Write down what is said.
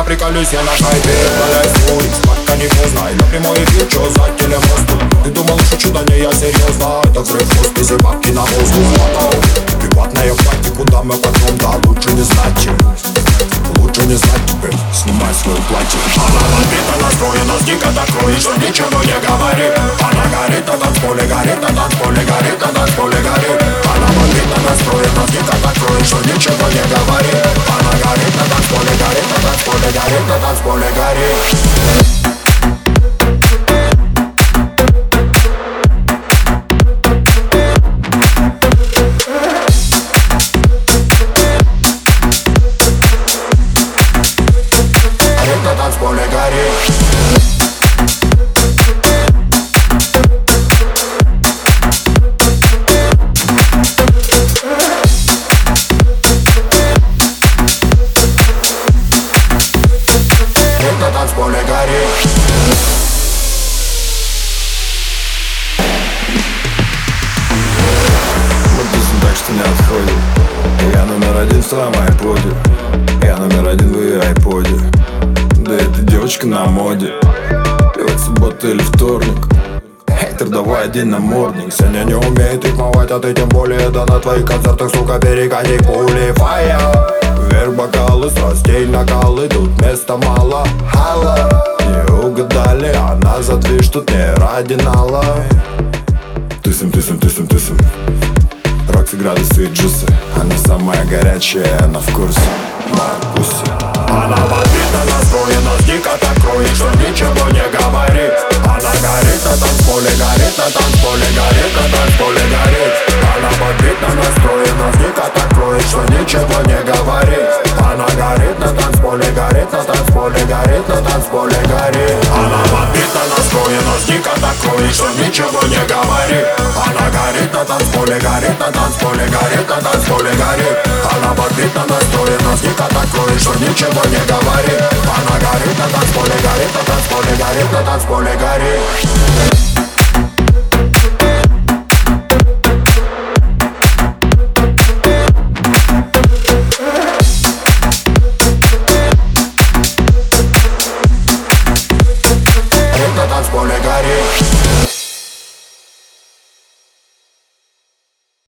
приколюсь я на хайпе. Валяюсь в улиц, пока не поздно. И на прямой эфир, чё за телемостом? Ты думал, шучу, да не, я серьезно. Это взрыв в хосписе, бабки на воздух хватал. Приватная пати, куда мы потом, да лучше не знать. Лучше не знать теперь, снимай свое платье. Она набита, настроена, дико так кроет, что ничего не говорит. Она горит на танцполе, горит на танцполе, горит на танцполе, горит. Она набита, настроена, дико так кроет, что ничего не говорит. Она горит на танцполе, горит на танцполе, горит на танцполе, горит. Не отходит. Я номер один в твоем айподе. Я номер один в ее айподе. Да эта девочка на моде. Пивать суббота или вторник. Хейтер, давай один на мордник. Сегодня не умеет рифмовать, а ты тем более. Да на твоих концертах, сука, перегони пули. Фая, вверх бокалы, страстей накалы. Тут места мало, хала. Не угадали, она за движ, тут не ради нала. Тысим. Рокси, градусы и джусы. Она самая горячая, она в курсе. Маркуси. Она бандитно настроена, дико так кроет, что ничего не говорит. Она горит на танцполе, горит на танцполе, горит на танцполе, горит. Она бандитно настроена, дико так кроет, что ничего не говорит. Она горит на танцполе, горит на танцполе, горит на танцполе, горит. Она бандитно настроена, дико так кроет, что ничего не говорит. Она горит на танцполе, горит на танцполе, горит на танцполе, горит. Она бандитно настроена, дико так кроет, что ничего не говорит. Она горит на танцполе, горит на танцполе, горит на танцполе, горит.